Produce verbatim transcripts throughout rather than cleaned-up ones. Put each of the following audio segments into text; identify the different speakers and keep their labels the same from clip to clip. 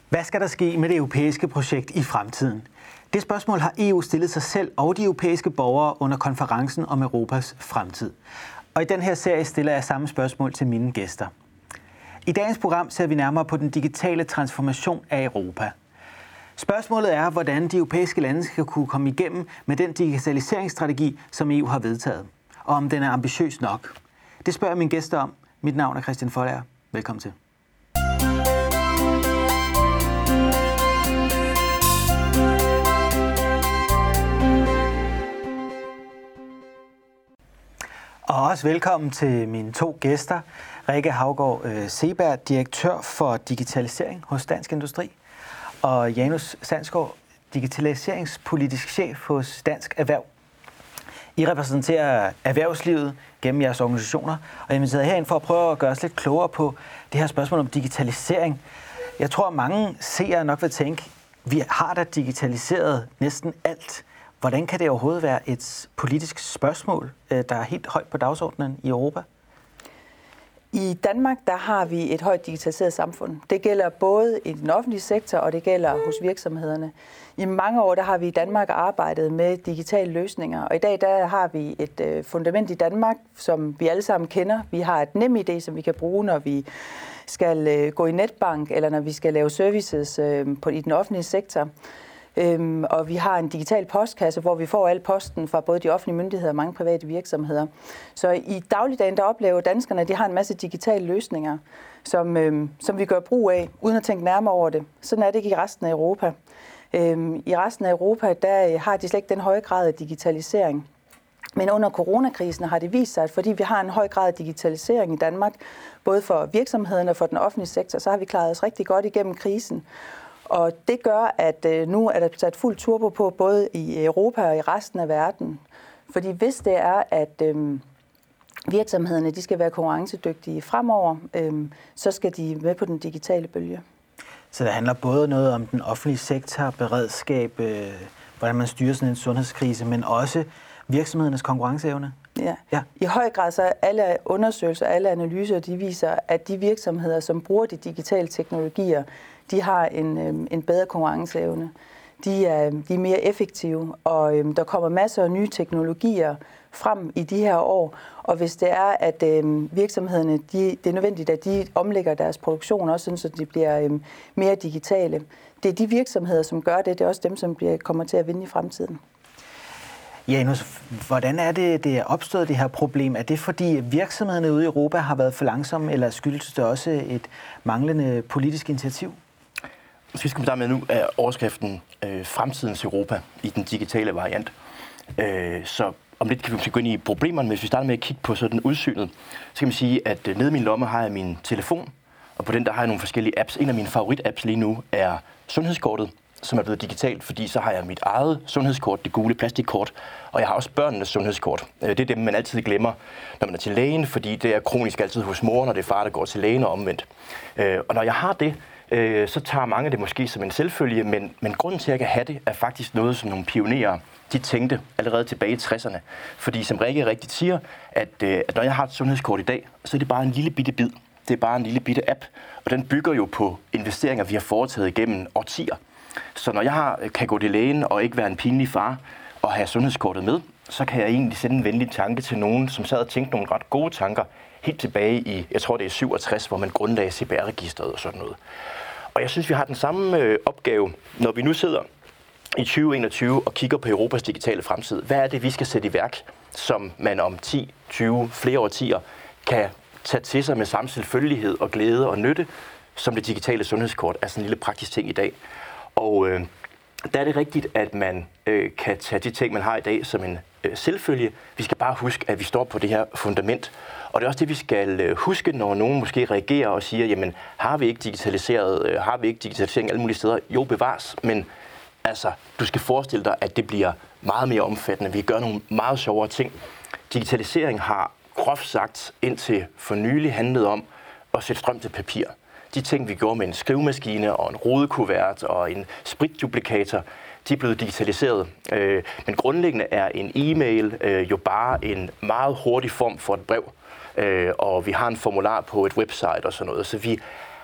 Speaker 1: Hvad skal der ske med det europæiske projekt i fremtiden? Det spørgsmål har E U stillet sig selv og de europæiske borgere under konferencen om Europas fremtid. Og i den her serie stiller jeg samme spørgsmål til mine gæster. I dagens program ser vi nærmere på den digitale transformation af Europa. Spørgsmålet er, hvordan de europæiske lande skal kunne komme igennem med den digitaliseringsstrategi, som E U har vedtaget, og om den er ambitiøs nok. Det spørger jeg mine gæster om. Mit navn er Christian Foldager. Velkommen til. Og også velkommen til mine to gæster. Rikke Haugaard Seberg, direktør for digitalisering hos Dansk Industri, og Janus Sandsgaard, digitaliseringspolitisk chef hos Dansk Erhverv. I repræsenterer erhvervslivet gennem jeres organisationer, og jeg er inviteret herind for at prøve at gøre os lidt klogere på det her spørgsmål om digitalisering. Jeg tror, at mange seere nok vil tænke, at vi har da digitaliseret næsten alt. Hvordan kan det overhovedet være et politisk spørgsmål, der er helt højt på dagsordenen i Europa?
Speaker 2: I Danmark der har vi et højt digitaliseret samfund. Det gælder både i den offentlige sektor, og det gælder hos virksomhederne. I mange år der har vi i Danmark arbejdet med digitale løsninger, og i dag der har vi et fundament i Danmark, som vi alle sammen kender. Vi har et NemID, som vi kan bruge, når vi skal gå i netbank, eller når vi skal lave services på, i den offentlige sektor. Øhm, og vi har en digital postkasse, hvor vi får al posten fra både de offentlige myndigheder og mange private virksomheder. Så i dagligdagen, der oplever danskerne, at de har en masse digitale løsninger, som, øhm, som vi gør brug af, uden at tænke nærmere over det. Sådan er det ikke i resten af Europa. Øhm, I resten af Europa, der har de slet ikke den høje grad af digitalisering. Men under coronakrisen har det vist sig, at fordi vi har en høj grad af digitalisering i Danmark, både for virksomhederne og for den offentlige sektor, så har vi klaret os rigtig godt igennem krisen. Og det gør, at øh, nu er der sat fuld turbo på, både i Europa og i resten af verden. Fordi hvis det er, at øh, virksomhederne de skal være konkurrencedygtige fremover, øh, så skal de med på den digitale bølge.
Speaker 1: Så det handler både noget om den offentlige sektor, beredskab, øh, hvordan man styrer sådan en sundhedskrise, men også virksomhedernes konkurrenceevne?
Speaker 2: Ja. ja, i høj grad så alle undersøgelser, alle analyser, de viser, at de virksomheder, som bruger de digitale teknologier, de har en, en bedre konkurrenceevne. De er, de er mere effektive, og øhm, der kommer masser af nye teknologier frem i de her år. Og hvis det er, at øhm, virksomhederne, de, det er nødvendigt, at de omlægger deres produktion, også sådan, så de bliver øhm, mere digitale. Det er de virksomheder, som gør det. Det er også dem, som bliver, kommer til at vinde i fremtiden.
Speaker 1: Janus, hvordan er det, det er opstået, det her problem? Er det fordi virksomhederne ude i Europa har været for langsomme, eller skyldes det også et manglende politisk initiativ?
Speaker 3: Hvis vi skal starte med nu, er overskriften øh, Fremtidens Europa i den digitale variant. Øh, så om lidt kan vi måske gå ind i problemerne, men hvis vi starter med at kigge på sådan udsynet, så kan man sige, at øh, nede i min lomme har jeg min telefon, og på den der har jeg nogle forskellige apps. En af mine favorit-apps lige nu er sundhedskortet, som er blevet digitalt, fordi så har jeg mit eget sundhedskort, det gule plastikkort, og jeg har også børnenes sundhedskort. Det er dem, man altid glemmer, når man er til lægen, fordi det er kronisk altid hos moren, og det er far, der går til lægen og omvendt. Og når jeg har det, så tager mange det måske som en selvfølge, men, men grunden til, at jeg kan have det, er faktisk noget, som nogle pionerer, de tænkte allerede tilbage i tresserne. Fordi som Rikke rigtigt siger, at, at når jeg har et sundhedskort i dag, så er det bare en lille bitte bid. Det er bare en lille bitte app, og den bygger jo på investeringer, vi har foretaget igennem årtier. Så når jeg har, kan gå til lægen og ikke være en pinlig far og have sundhedskortet med, så kan jeg egentlig sende en venlig tanke til nogen, som sad og tænkte nogle ret gode tanker helt tilbage i, jeg tror det er syvogtres, hvor man grundlagde C P R-registret og sådan noget. Og jeg synes, vi har den samme øh, opgave, når vi nu sidder i tyve enogtyve og kigger på Europas digitale fremtid. Hvad er det, vi skal sætte i værk, som man om ti, tyve, flere årtier kan tage til sig med samme selvfølgelighed og glæde og nytte, som det digitale sundhedskort er sådan en lille praktisk ting i dag. Og øh, der er det rigtigt, at man øh, kan tage de ting, man har i dag, som en øh, selvfølge. Vi skal bare huske, at vi står på det her fundament. Og det er også det, vi skal øh, huske, når nogen måske reagerer og siger, jamen, har vi ikke digitaliseret, øh, har vi ikke digitalisering alle mulige steder? Jo, bevares, men altså, du skal forestille dig, at det bliver meget mere omfattende. Vi gør nogle meget sjovere ting. Digitalisering har groft sagt indtil for nylig handlet om at sætte strøm til papir. De ting, vi gjorde med en skrivemaskine og en rodekuvert og en spritduplikator, de er blevet digitaliseret. Øh, men grundlæggende er en e-mail øh, jo bare en meget hurtig form for et brev. Øh, og vi har en formular på et website og sådan noget. Så vi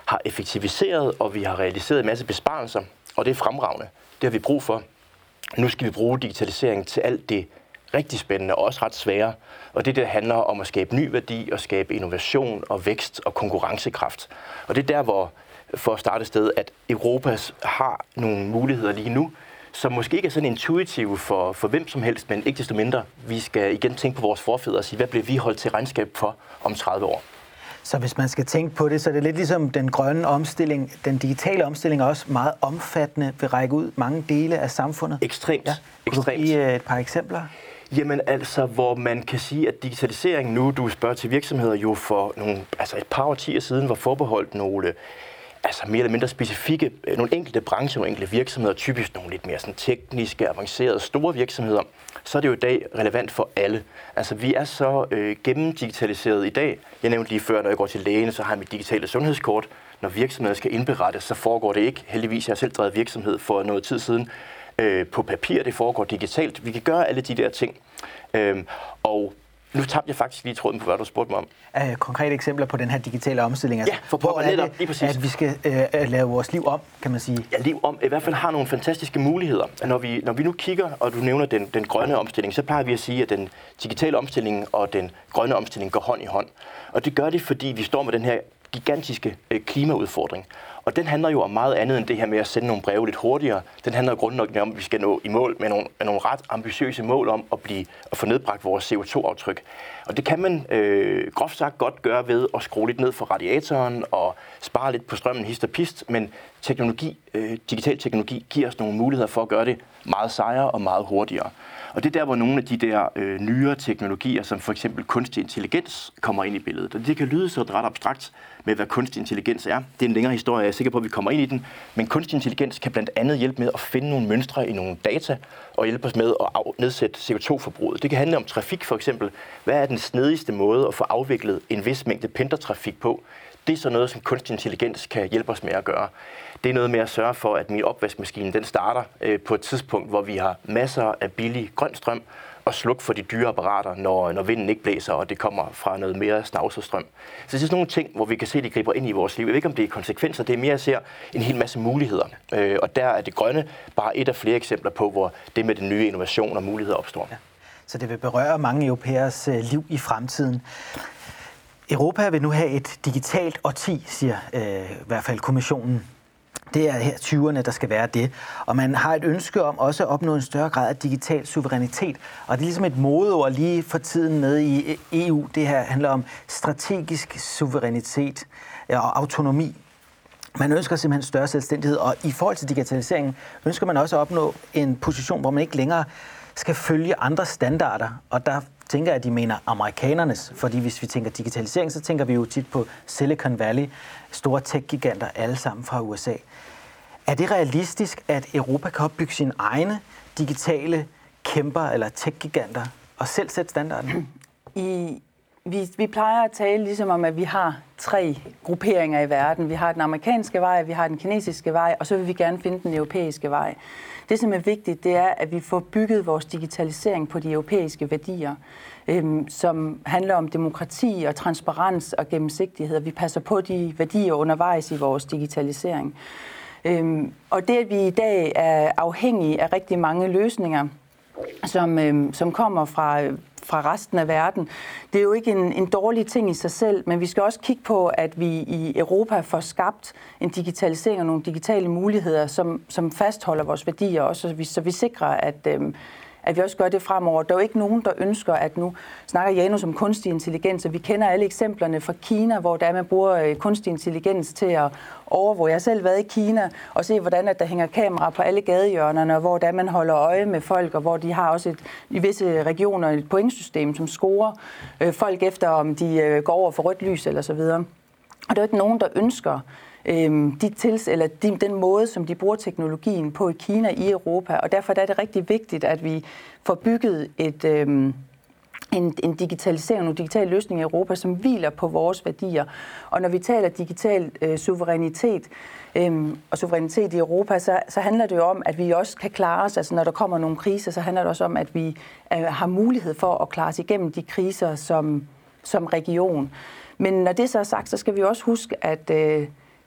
Speaker 3: har effektiviseret, og vi har realiseret en masse besparelser, og det er fremragende. Det har vi brug for. Nu skal vi bruge digitalisering til alt det rigtig spændende og også ret svære. Og det, det handler om at skabe ny værdi og skabe innovation og vækst og konkurrencekraft. Og det er der, hvor, for at starte et sted, at Europa har nogle muligheder lige nu, som måske ikke er sådan intuitive for, for hvem som helst, men ikke desto mindre. Vi skal igen tænke på vores forfædre og sige, hvad bliver vi holdt til regnskab for om tredive år?
Speaker 1: Så hvis man skal tænke på det, så er det lidt ligesom den grønne omstilling. Den digitale omstilling er også meget omfattende, vil række ud mange dele af samfundet.
Speaker 3: Ekstremt.
Speaker 1: Ja. Kunne
Speaker 3: Ekstremt.
Speaker 1: du give et par eksempler?
Speaker 3: Jamen altså, hvor man kan sige, at digitaliseringen nu, du spørger til virksomheder jo for nogle, altså et par årtier siden, var forbeholdt nogle altså mere eller mindre specifikke, nogle enkelte brancher, nogle enkelte virksomheder, typisk nogle lidt mere sådan tekniske, avancerede, store virksomheder, så er det jo i dag relevant for alle. Altså vi er så øh, gennemdigitaliseret i dag. Jeg nævnte lige før, når jeg går til lægen, så har jeg mit digitale sundhedskort. Når virksomheder skal indberettes, så foregår det ikke. Heldigvis, jeg har selv drevet virksomhed for noget tid siden øh, på papir, det foregår digitalt. Vi kan gøre alle de der ting. Øh, og nu tabte jeg faktisk lige tråden på, hvad du spurgte mig om.
Speaker 1: Uh, konkrete eksempler på den her digitale omstilling. Altså,
Speaker 3: ja, for
Speaker 1: hvor er
Speaker 3: netop,
Speaker 1: det, at vi skal uh, lave vores liv om, kan man sige?
Speaker 3: Ja, liv om i hvert fald har nogle fantastiske muligheder. Når vi, når vi nu kigger, og du nævner den, den grønne omstilling, så plejer vi at sige, at den digitale omstilling og den grønne omstilling går hånd i hånd. Og det gør det, fordi vi står med den her gigantiske øh, klimaudfordring. Og den handler jo om meget andet end det her med at sende nogle breve lidt hurtigere. Den handler jo grundlæggende om, at vi skal nå i mål med nogle, med nogle ret ambitiøse mål om at, blive, at få nedbragt vores C O to aftryk. Og det kan man øh, groft sagt godt gøre ved at skrue lidt ned for radiatoren og spare lidt på strømmen hist og pist, men teknologi, øh, digital teknologi giver os nogle muligheder for at gøre det meget sejere og meget hurtigere. Og det er der, hvor nogle af de der øh, nyere teknologier, som for eksempel kunstig intelligens, kommer ind i billedet. Og det kan lyde sådan ret abstrakt med, hvad kunstig intelligens er. Det er en længere historie, jeg er sikker på, at vi kommer ind i den. Men kunstig intelligens kan blandt andet hjælpe med at finde nogle mønstre i nogle data, og hjælpe os med at nedsætte C O to forbruget. Det kan handle om trafik for eksempel. Hvad er den snedigste måde at få afviklet en vis mængde pendlertrafik på? Det er så noget, som kunstig intelligens kan hjælpe os med at gøre. Det er noget med at sørge for, at min opvaskemaskine den starter øh, på et tidspunkt, hvor vi har masser af billig grøn strøm, og slukke for de dyre apparater, når, når vinden ikke blæser, og det kommer fra noget mere snavset strøm. Så det er sådan nogle ting, hvor vi kan se, at de griber ind i vores liv. Jeg ved ikke, om det er konsekvenser, det er mere at se en hel masse muligheder. Øh, og der er det grønne bare et af flere eksempler på, hvor det med den nye innovation og muligheder opstår. Ja.
Speaker 1: Så det vil berøre mange europæers øh, liv i fremtiden. Europa vil nu have et digitalt årti, siger øh, i hvert fald kommissionen. Det er her tyverne, der skal være det. Og man har et ønske om også at opnå en større grad af digital suverænitet. Og det er ligesom et modeord lige for tiden med i E U. Det her handler om strategisk suverænitet og autonomi. Man ønsker simpelthen større selvstændighed. Og i forhold til digitaliseringen ønsker man også at opnå en position, hvor man ikke længere skal følge andre standarder. Og der tænker jeg, at de mener amerikanernes. Fordi hvis vi tænker digitalisering, så tænker vi jo tit på Silicon Valley, store tech-giganter, alle sammen fra U S A. Er det realistisk, at Europa kan opbygge sine egne digitale kæmper eller tech-giganter og selv sætte standarden?
Speaker 2: I, vi, vi plejer at tale ligesom om, at vi har tre grupperinger i verden. Vi har den amerikanske vej, vi har den kinesiske vej, og så vil vi gerne finde den europæiske vej. Det, som er vigtigt, det er, at vi får bygget vores digitalisering på de europæiske værdier, øhm, som handler om demokrati og transparens og gennemsigtighed. Vi passer på de værdier undervejs i vores digitalisering. Øhm, og det, at vi i dag er afhængige af rigtig mange løsninger, som, øhm, som kommer fra, fra resten af verden, det er jo ikke en, en dårlig ting i sig selv, men vi skal også kigge på, at vi i Europa får skabt en digitalisering og nogle digitale muligheder, som, som fastholder vores værdier også, så vi, så vi sikrer, at, øhm, at vi også gør det fremover. Der er jo ikke nogen, der ønsker, at nu snakker Janus om kunstig intelligens, og vi kender alle eksemplerne fra Kina, hvor der man bruger kunstig intelligens til at overvåge. Jeg har selv været i Kina og se, hvordan at der hænger kameraer på alle gadehjørnerne, og hvor der man holder øje med folk, og hvor de har også et, i visse regioner et pointsystem, som scorer øh, folk efter, om de øh, går over for rødt lys eller så videre. Og der er ikke nogen, der ønsker De tils, eller de, den måde, som de bruger teknologien på i Kina, i Europa. Og derfor er det rigtig vigtigt, at vi får bygget et, øhm, en, en digitalisering, en digital løsning i Europa, som hviler på vores værdier. Og når vi taler digital øh, suverænitet øhm, og suverænitet i Europa, så, så handler det jo om, at vi også kan klare os. Altså når der kommer nogle kriser, så handler det også om, at vi øh, har mulighed for at klare os igennem de kriser som, som region. Men når det så er sagt, så skal vi også huske, at øh,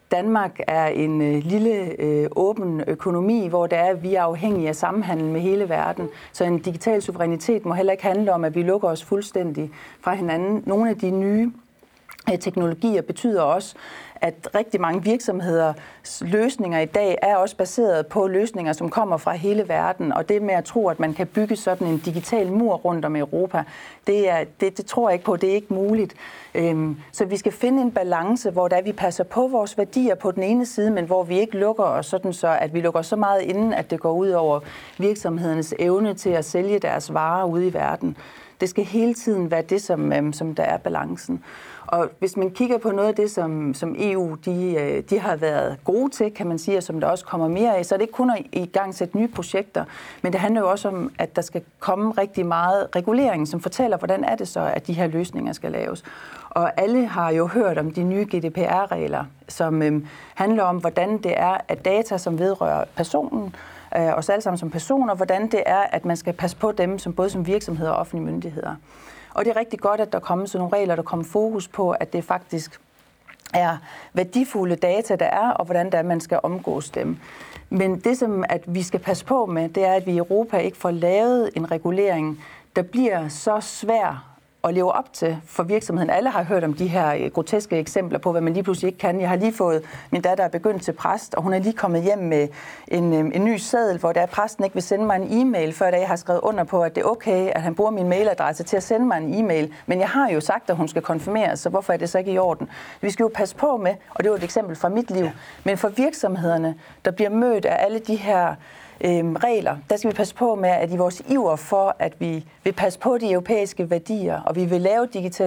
Speaker 2: Danmark er en øh, lille øh, åben økonomi, hvor det er, at vi er afhængige af samhandel med hele verden. Så en digital suverænitet må heller ikke handle om, at vi lukker os fuldstændig fra hinanden. Nogle af de nye øh, teknologier betyder også, at rigtig mange virksomheders løsninger i dag er også baseret på løsninger, som kommer fra hele verden. Og det med at tro, at man kan bygge sådan en digital mur rundt om Europa, det, er, det, det tror jeg ikke på, det er ikke muligt. Øhm, så vi skal finde en balance, hvor der vi passer på vores værdier på den ene side, men hvor vi ikke lukker os sådan så, at vi lukker så meget inden, at det går ud over virksomhedernes evne til at sælge deres varer ude i verden. Det skal hele tiden være det, som, øhm, som der er balancen. Og hvis man kigger på noget af det, som, som E U de, de har været gode til, kan man sige, og som der også kommer mere af, så er det ikke kun at i gang sætte nye projekter, men det handler jo også om, at der skal komme rigtig meget regulering, som fortæller, hvordan er det så, at de her løsninger skal laves. Og alle har jo hørt om de nye G D P R-regler, som øhm, handler om, hvordan det er, at data, som vedrører personen, øh, os alle sammen som personer, hvordan det er, at man skal passe på dem, som både som virksomheder og offentlige myndigheder. Og det er rigtig godt, at der kommer sådan nogle regler, der kommer fokus på, at det faktisk er værdifulde data, der er, og hvordan det er, man skal omgås dem. Men det, som at vi skal passe på med, det er, at vi i Europa ikke får lavet en regulering, der bliver så svær at leve op til for virksomheden. Alle har hørt om de her groteske eksempler på, hvad man lige pludselig ikke kan. Jeg har lige fået min datter er begyndt til præst, og hun er lige kommet hjem med en, en ny seddel, hvor der præsten ikke vil sende mig en e-mail, før jeg har skrevet under på, at det er okay, at han bruger min mailadresse til at sende mig en e-mail. Men jeg har jo sagt, at hun skal konfirmeres, så hvorfor er det så ikke i orden? Vi skal jo passe på med, og det var et eksempel fra mit liv, men for virksomhederne, der bliver mødt af alle de her Øhm, regler, der skal vi passe på med, at i vores iver for, at vi vil passe på de europæiske værdier, og vi vil lave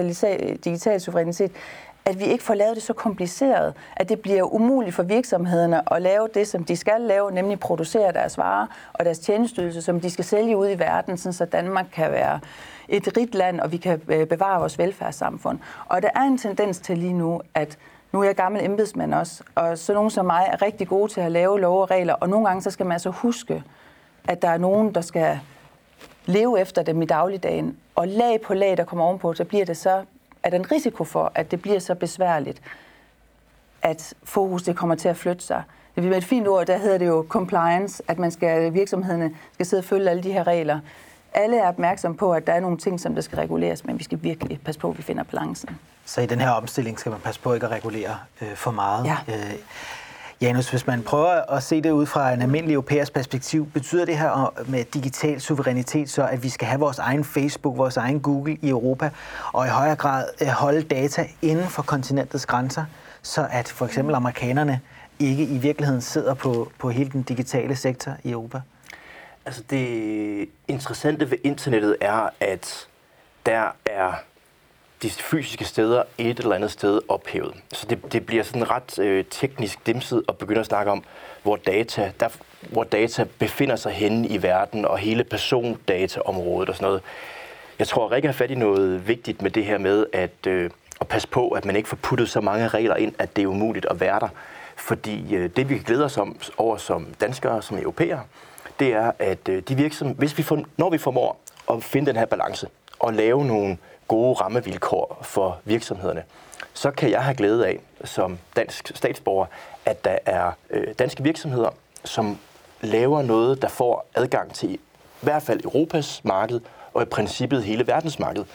Speaker 2: digital suverænitet, at vi ikke får lavet det så kompliceret, at det bliver umuligt for virksomhederne at lave det, som de skal lave, nemlig producere deres varer og deres tjenesteydelser, som de skal sælge ud i verden, så Danmark kan være et rigt land, og vi kan bevare vores velfærdssamfund. Og der er en tendens til lige nu, at nu er jeg gammel embedsmand også, og så nogen som mig er rigtig gode til at lave love og regler, og nogle gange så skal man altså huske, at der er nogen, der skal leve efter dem i dagligdagen, og lag på lag, der kommer ovenpå, så bliver det så, er der en risiko for, at det bliver så besværligt, at fokus det kommer til at flytte sig. Det er et fint ord, der hedder det jo compliance, at man skal, virksomhederne skal sidde og følge alle de her regler. Alle er opmærksom på, at der er nogle ting, som der skal reguleres, men vi skal virkelig passe på, at vi finder balancen.
Speaker 1: Så i den her omstilling skal man passe på ikke at regulere øh, for meget.
Speaker 2: Ja.
Speaker 1: Øh, Janus, hvis man prøver at se det ud fra en almindelig europæisk perspektiv, betyder det her med digital suverænitet så, at vi skal have vores egen Facebook, vores egen Google i Europa, og i højere grad øh, holde data inden for kontinentets grænser, så at for eksempel amerikanerne ikke i virkeligheden sidder på, på hele den digitale sektor i Europa?
Speaker 3: Altså det interessante ved internettet er, at der er de fysiske steder et eller andet sted ophævet. Så det, det bliver sådan ret øh, teknisk dimset at begynde at snakke om, hvor data, der, hvor data befinder sig henne i verden, og hele persondataområdet og sådan noget. Jeg tror, Rikke har fat i noget vigtigt med det her med at, øh, at passe på, at man ikke får puttet så mange regler ind, at det er umuligt at være der. Fordi øh, det, vi kan glæde os om, over som danskere, som europæere, det er, at øh, de virksomheder, hvis vi får, når vi formår at finde den her balance og lave nogle gode rammevilkår for virksomhederne, så kan jeg have glæde af som dansk statsborger, at der er øh, danske virksomheder, som laver noget, der får adgang til i hvert fald Europas marked og i princippet hele verdensmarkedet.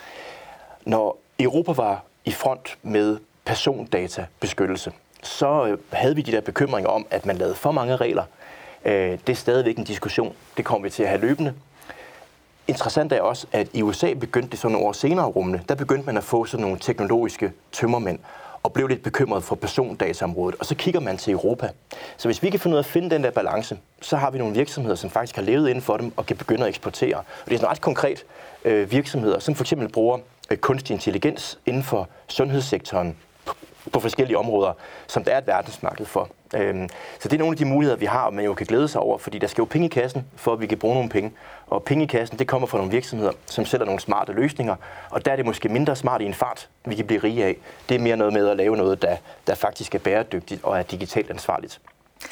Speaker 3: Når Europa var i front med persondatabeskyttelse, så øh, havde vi de der bekymringer om, at man lavede for mange regler. Øh, det er stadigvæk en diskussion. Det kommer vi til at have løbende. Interessant er også, at i U S A begyndte det sådan nogle år senere rummende. Der begyndte man at få sådan nogle teknologiske tømmermænd og blev lidt bekymret for persondataområdet. Og så kigger man til Europa. Så hvis vi kan finde ud af at finde den der balance, så har vi nogle virksomheder, som faktisk har levet inden for dem og kan begynde at eksportere. Og det er sådan ret konkret øh, virksomheder, som for eksempel bruger øh, kunstig intelligens inden for sundhedssektoren på forskellige områder, som der er et verdensmarked for. Øhm, så det er nogle af de muligheder, vi har, man jo kan glæde sig over, fordi der skal jo penge i kassen, for at vi kan bruge nogle penge. Og penge i kassen, det kommer fra nogle virksomheder, som sælger nogle smarte løsninger, og der er det måske mindre smart i en fart, vi kan blive rige af. Det er mere noget med at lave noget, der, der faktisk er bæredygtigt og er digitalt ansvarligt.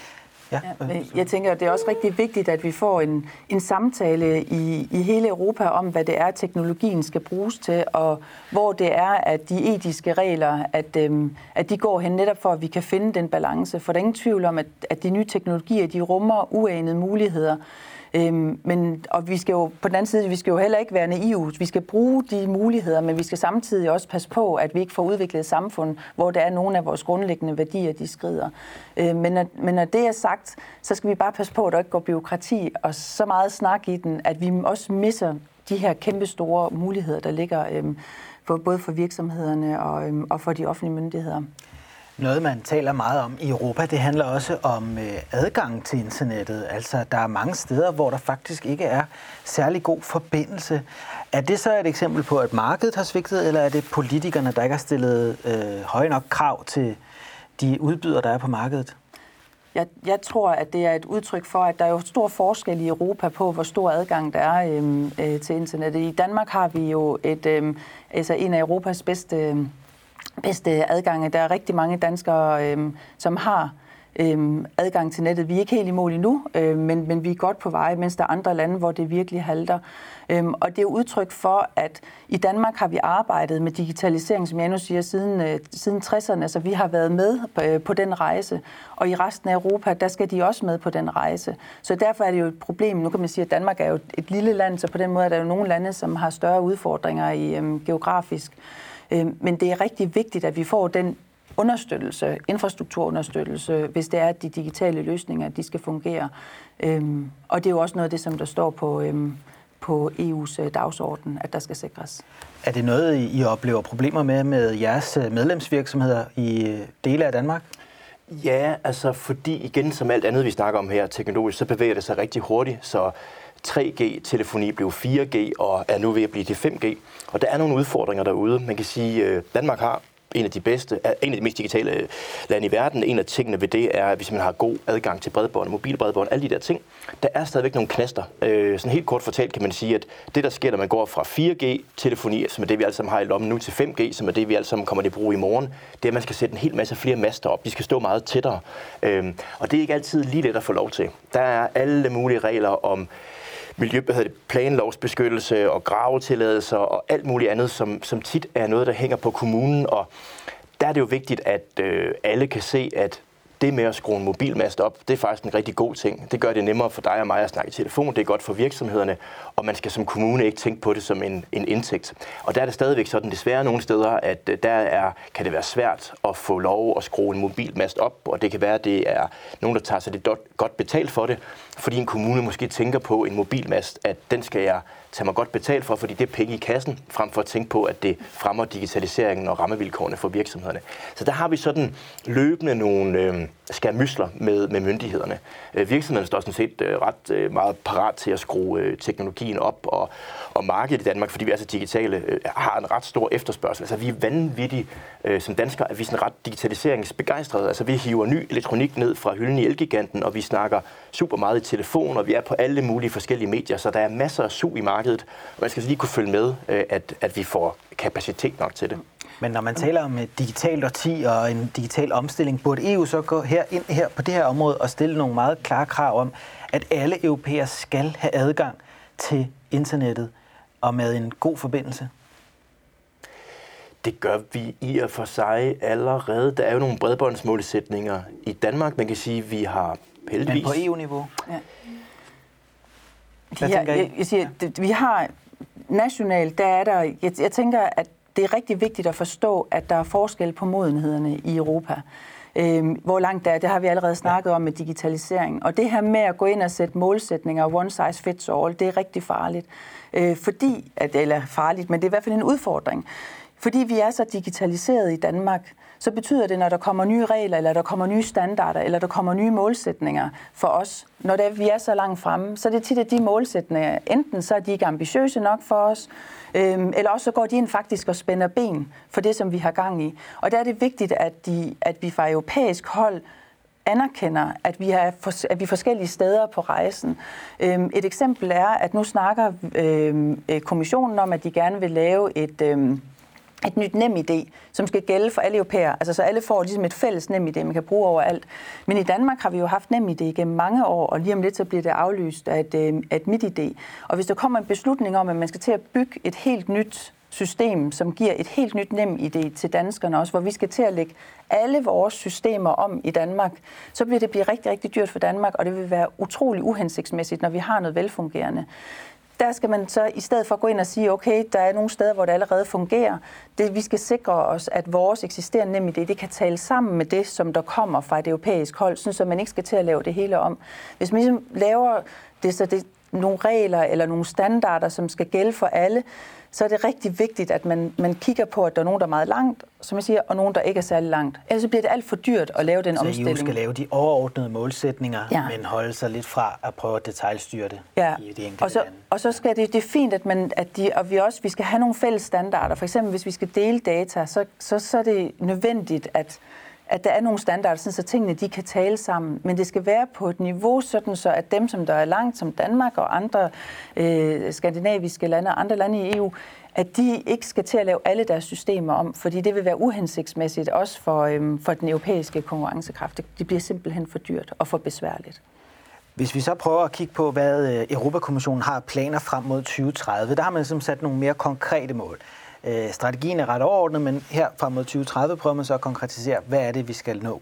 Speaker 1: Ja.
Speaker 2: Ja, jeg tænker, at det er også rigtig vigtigt, at vi får en, en samtale i, i hele Europa om, hvad det er, teknologien skal bruges til, og hvor det er, at de etiske regler, at, øhm, at de går hen netop for, at vi kan finde den balance. For der er ingen tvivl om, at, at de nye teknologier, de rummer uanede muligheder. Øhm, men, og vi skal jo på den anden side, vi skal jo heller ikke være naive. Vi skal bruge de muligheder, men vi skal samtidig også passe på, at vi ikke får udviklet et samfund, hvor der er nogle af vores grundlæggende værdier, de skrider. Øhm, men, når, men når det er sagt, så skal vi bare passe på, at der ikke går bureaukrati og så meget snak i den, at vi også misser de her kæmpe store muligheder, der ligger øhm, for, både for virksomhederne og, øhm, og for de offentlige myndigheder.
Speaker 1: Noget, man taler meget om i Europa, det handler også om øh, adgang til internettet. Altså, der er mange steder, hvor der faktisk ikke er særlig god forbindelse. Er det så et eksempel på, at markedet har svigtet, eller er det politikerne, der ikke har stillet øh, høje nok krav til de udbydere, der er på markedet?
Speaker 2: Jeg, jeg tror, at det er et udtryk for, at der er jo stor forskel i Europa på, hvor stor adgang der er øhm, øh, til internettet. I Danmark har vi jo et, øhm, altså en af Europas bedste... Øhm, bedste adgange. Der er rigtig mange danskere, øhm, som har øhm, adgang til nettet. Vi er ikke helt i mål endnu, øhm, men, men vi er godt på vej, mens der er andre lande, hvor det virkelig halter. Øhm, og det er udtryk for, at i Danmark har vi arbejdet med digitalisering, som jeg nu siger, siden, øh, siden tresserne, så vi har været med på, øh, på den rejse. Og i resten af Europa, der skal de også med på den rejse. Så derfor er det jo et problem. Nu kan man sige, at Danmark er jo et lille land, så på den måde er der jo nogle lande, som har større udfordringer i øhm, geografisk. Men det er rigtig vigtigt, at vi får den understøttelse, infrastrukturunderstøttelse, hvis det er, at de digitale løsninger, de skal fungere. Og det er jo også noget af det, som der står på, på E U's dagsorden, at der skal sikres.
Speaker 1: Er det noget, I oplever problemer med med jeres medlemsvirksomheder i dele af Danmark?
Speaker 3: Ja, altså fordi igen, som alt andet, vi snakker om her teknologisk, så bevæger det sig rigtig hurtigt, så tre G-telefoni blev fire G og er nu ved at blive til fem G. Og der er nogle udfordringer derude. Man kan sige, at Danmark har en af de bedste, en af de mest digitale lande i verden. En af tingene ved det er, at hvis man har god adgang til bredbånd, mobilbredbånd, alle de der ting, der er stadigvæk nogle knaster. Øh, sådan helt kort fortalt kan man sige, at det der sker, når man går fra fire G-telefoni, som er det vi alle sammen har i lommen nu, til fem G, som er det vi alle sammen kommer til at bruge i morgen, det er, at man skal sætte en hel masse flere master op. De skal stå meget tættere. Øh, og det er ikke altid lige let at få lov til. Der er alle mulige regler om miljø, hvad hedder det, planlovsbeskyttelse og gravetilladelser og alt muligt andet, som, som tit er noget, der hænger på kommunen. Og der er det jo vigtigt, at øh, alle kan se, at det med at skrue en mobilmast op, det er faktisk en rigtig god ting. Det gør det nemmere for dig og mig at snakke i telefon. Det er godt for virksomhederne, og man skal som kommune ikke tænke på det som en, en indtægt. Og der er det stadigvæk sådan desværre nogle steder, at der er, kan det være svært at få lov at skrue en mobilmast op, og det kan være, at det er nogen, der tager sig lidt godt betalt for det, fordi en kommune måske tænker på en mobilmast, at den skal jeg tage mig godt betalt for, fordi det er penge i kassen, frem for at tænke på, at det fremmer digitaliseringen og rammevilkårene for virksomhederne. Så der har vi sådan løbende nogle øh, skærmysler med, med myndighederne. Øh, virksomhederne står sådan set øh, ret øh, meget parat til at skrue øh, teknologien op, og, og markedet i Danmark, fordi vi er så digitale, øh, har en ret stor efterspørgsel. Altså vi er vanvittige øh, som danskere, at vi er sådan ret digitaliseringsbegejstrede. Altså vi hiver ny elektronik ned fra hylden i Elgiganten, og vi snakker super meget i telefon, og vi er på alle mulige forskellige medier, så der er masser af sug i markedet, og man skal lige kunne følge med, at, at vi får kapacitet nok til det.
Speaker 1: Men når man taler om et digitalt årti og en digital omstilling, burde E U så gå her ind her på det her område og stille nogle meget klare krav om, at alle europæere skal have adgang til internettet og med en god forbindelse?
Speaker 3: Det gør vi i og for sig allerede. Der er jo nogle bredbåndsmålsætninger i Danmark. Man kan sige, at vi har heldigvis...
Speaker 1: Men på E U-niveau? Ja.
Speaker 2: Hvad ja, jeg, jeg siger, det, vi har nationalt, der er der, jeg, jeg tænker, at det er rigtig vigtigt at forstå, at der er forskel på modenhederne i Europa. Øhm, hvor langt der er, det har vi allerede snakket om med digitalisering. Og det her med at gå ind og sætte målsætninger, one size fits all, det er rigtig farligt. Øh, fordi, at, eller farligt, men det er i hvert fald en udfordring. Fordi vi er så digitaliseret i Danmark, så betyder det, når der kommer nye regler, eller der kommer nye standarder, eller der kommer nye målsætninger for os, når der, vi er så langt fremme, så er det tit, at de målsætninger, enten så er de ikke ambitiøse nok for os, øhm, eller også så går de ind faktisk og spænder ben for det, som vi har gang i. Og der er det vigtigt, at, de, at vi fra europæisk hold anerkender, at vi, er for, at vi er forskellige steder på rejsen. Øhm, et eksempel er, at nu snakker øhm, kommissionen om, at de gerne vil lave et... Øhm, et nyt NemID, som skal gælde for alle europæere. Altså så alle får ligesom et fælles NemID, man kan bruge overalt. Men i Danmark har vi jo haft NemID gennem mange år, og lige om lidt så bliver det aflyst af et, af et MitID. Og hvis der kommer en beslutning om, at man skal til at bygge et helt nyt system, som giver et helt nyt NemID til danskerne også, hvor vi skal til at lægge alle vores systemer om i Danmark, så bliver det blive rigtig, rigtig dyrt for Danmark, og det vil være utrolig uhensigtsmæssigt, når vi har noget velfungerende. Der skal man så i stedet for gå ind og sige, okay, der er nogle steder, hvor det allerede fungerer. Det, vi skal sikre os, at vores eksisterende NemID, det kan tale sammen med det, som der kommer fra et europæisk hold, så man ikke skal til at lave det hele om. Hvis man ligesom laver det, så det nogle regler eller nogle standarder, som skal gælde for alle, så er det rigtig vigtigt, at man, man kigger på, at der er nogen, der er meget langt, som jeg siger, og nogen, der ikke er særlig langt. Ellers bliver det alt for dyrt at lave den
Speaker 1: så
Speaker 2: omstilling.
Speaker 1: Så E U skal lave de overordnede målsætninger, ja. men holde sig lidt fra at prøve at detailstyre det
Speaker 2: ja.
Speaker 1: i de enkelte
Speaker 2: og så,
Speaker 1: lande.
Speaker 2: Og så skal det, det er fint, at, man, at de, og vi også vi skal have nogle fælles standarder. For eksempel, hvis vi skal dele data, så, så, så er det nødvendigt, at at der er nogle standarder, så tingene de kan tale sammen, men det skal være på et niveau, sådan så at dem, som der er langt, som Danmark og andre øh, skandinaviske lande og andre lande i E U, at de ikke skal til at lave alle deres systemer om, fordi det vil være uhensigtsmæssigt også for, øh, for den europæiske konkurrencekraft. Det bliver simpelthen for dyrt og for besværligt.
Speaker 1: Hvis vi så prøver at kigge på, hvad Europakommissionen har planer frem mod tyve tredive, der har man ligesom sat nogle mere konkrete mål. Strategien er ret overordnet, men her frem mod tyve tredive prøver man så at konkretisere, hvad er det, vi skal nå.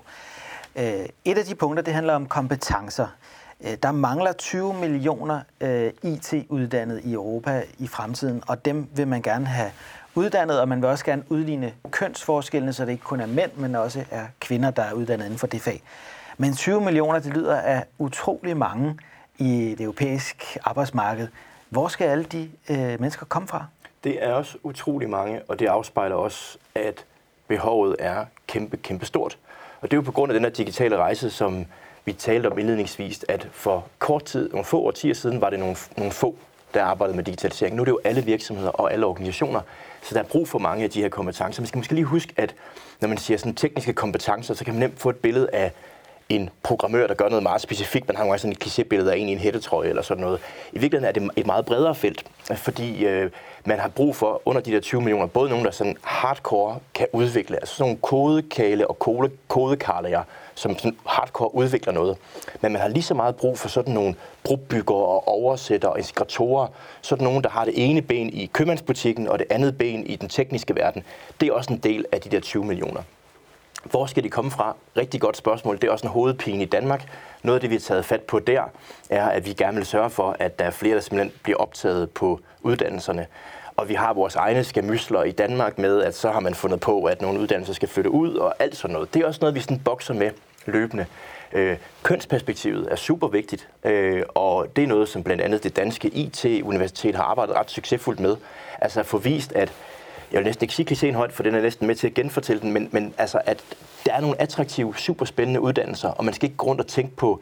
Speaker 1: Et af de punkter, det handler om kompetencer. Der mangler tyve millioner I T-uddannede i Europa i fremtiden, og dem vil man gerne have uddannet, og man vil også gerne udligne kønsforskellene, så det ikke kun er mænd, men også er kvinder, der er uddannet inden for det fag. Men tyve millioner, det lyder af utrolig mange i det europæiske arbejdsmarked. Hvor skal alle de øh, mennesker komme fra?
Speaker 3: Det er også utrolig mange, og det afspejler også, at behovet er kæmpe, kæmpe stort. Og det er jo på grund af den her digitale rejse, som vi talte om indledningsvis, at for kort tid, nogle få årtier siden, var det nogle, nogle få, der arbejdede med digitalisering. Nu er det jo alle virksomheder og alle organisationer, så der er brug for mange af de her kompetencer. Man skal måske lige huske, at når man siger sådan tekniske kompetencer, så kan man nemt få et billede af en programmør, der gør noget meget specifikt. Man har jo sådan et klichébillede af en i en hættetrøje eller sådan noget. I virkeligheden er det et meget bredere felt, fordi øh, man har brug for under de der tyve millioner, både nogen, der sådan hardcore kan udvikle, altså sådan nogle kodekale og kode, kodekarler, som sådan hardcore udvikler noget. Men man har lige så meget brug for sådan nogle brobyggere og oversættere og integratorer, sådan nogen, der har det ene ben i købmandsbutikken og det andet ben i den tekniske verden. Det er også en del af de der tyve millioner. Hvor skal de komme fra? Rigtig godt spørgsmål. Det er også en hovedpine i Danmark. Noget af det, vi har taget fat på der, er, at vi gerne vil sørge for, at der er flere, der simpelthen bliver optaget på uddannelserne. Og vi har vores egne skamysler i Danmark med, at så har man fundet på, at nogle uddannelser skal flytte ud og alt sådan noget. Det er også noget, vi sådan bokser med løbende. Øh, kønsperspektivet er super vigtigt, øh, og det er noget, som blandt andet det danske I T-universitet har arbejdet ret succesfuldt med. Altså at få vist, at jeg vil næsten ikke sige klichéen højt, for den er næsten med til at genfortælle den, men, men altså, at der er nogle attraktive, superspændende uddannelser, og man skal ikke gå rundt og tænke på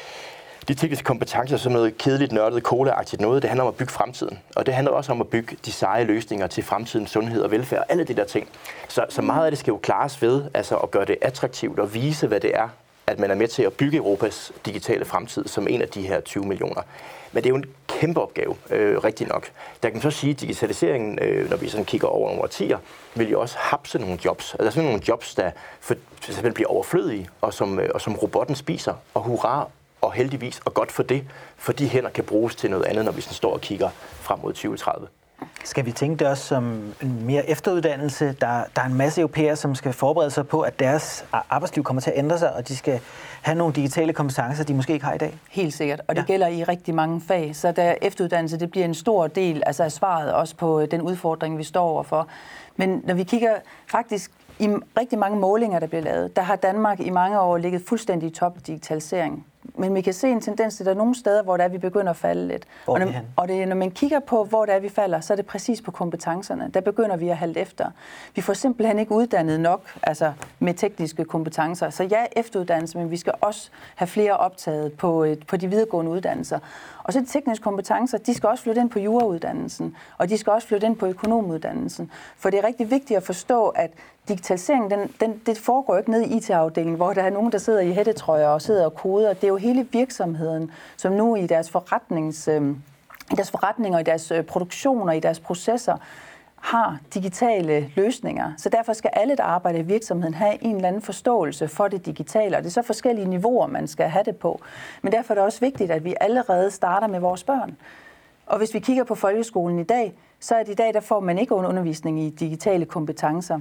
Speaker 3: de tekniske kompetencer som noget kedeligt, nørdet, cola-agtigt noget. Det handler om at bygge fremtiden, og det handler også om at bygge de seje løsninger til fremtidens sundhed og velfærd, og alle de der ting. Så, så meget af det skal jo klares ved altså at gøre det attraktivt og vise, hvad det er, at man er med til at bygge Europas digitale fremtid som en af de her tyve millioner. Men det er jo en kæmpe opgave, øh, rigtig nok. Der kan man så sige, at digitaliseringen, øh, når vi sådan kigger over nogle årtier, vil jo også hapse nogle jobs. Altså sådan nogle jobs, der for eksempel bliver overflødige, og som, øh, og som robotten spiser. Og hurra, og heldigvis, og godt for det, for de hænder kan bruges til noget andet, når vi sådan står og kigger frem mod tyve tredive.
Speaker 1: Skal vi tænke det også som en mere efteruddannelse? Der, der er en masse europæere, som skal forberede sig på, at deres arbejdsliv kommer til at ændre sig, og de skal have nogle digitale kompetencer, de måske ikke har i dag?
Speaker 2: Helt sikkert, og det
Speaker 1: ja.
Speaker 2: gælder i rigtig mange fag. Så der efteruddannelse, det bliver en stor del altså af svaret også på den udfordring, vi står overfor. Men når vi kigger faktisk i rigtig mange målinger, der bliver lavet, der har Danmark i mange år ligget fuldstændig i top digitalisering. Men vi kan se en tendens til, at der er nogle steder, hvor der er, vi begynder at falde lidt.
Speaker 1: Hvor
Speaker 2: og, når, og det, når man kigger på, hvor der er, vi falder, så er det præcis på kompetencerne. Der begynder vi at halte efter. Vi får simpelthen ikke uddannet nok altså med tekniske kompetencer. Så ja, efteruddannelse, men vi skal også have flere optaget på, på de videregående uddannelser. Og så de tekniske kompetencer, de skal også flytte ind på jurauddannelsen, og de skal også flytte ind på økonomuddannelsen. For det er rigtig vigtigt at forstå, at digitaliseringen, den, den, det foregår ikke ned i I T-afdelingen, hvor der er nogen, der sidder i hættetrøjer og sidder og koder. Det er jo hele virksomheden, som nu i deres, forretnings, øh, i deres forretninger, i deres øh, produktioner, i deres processer, har digitale løsninger. Så derfor skal alle, der arbejder i virksomheden, have en eller anden forståelse for det digitale, og det er så forskellige niveauer, man skal have det på. Men derfor er det også vigtigt, at vi allerede starter med vores børn. Og hvis vi kigger på folkeskolen i dag, så er det i dag, der får man ikke undervisning i digitale kompetencer.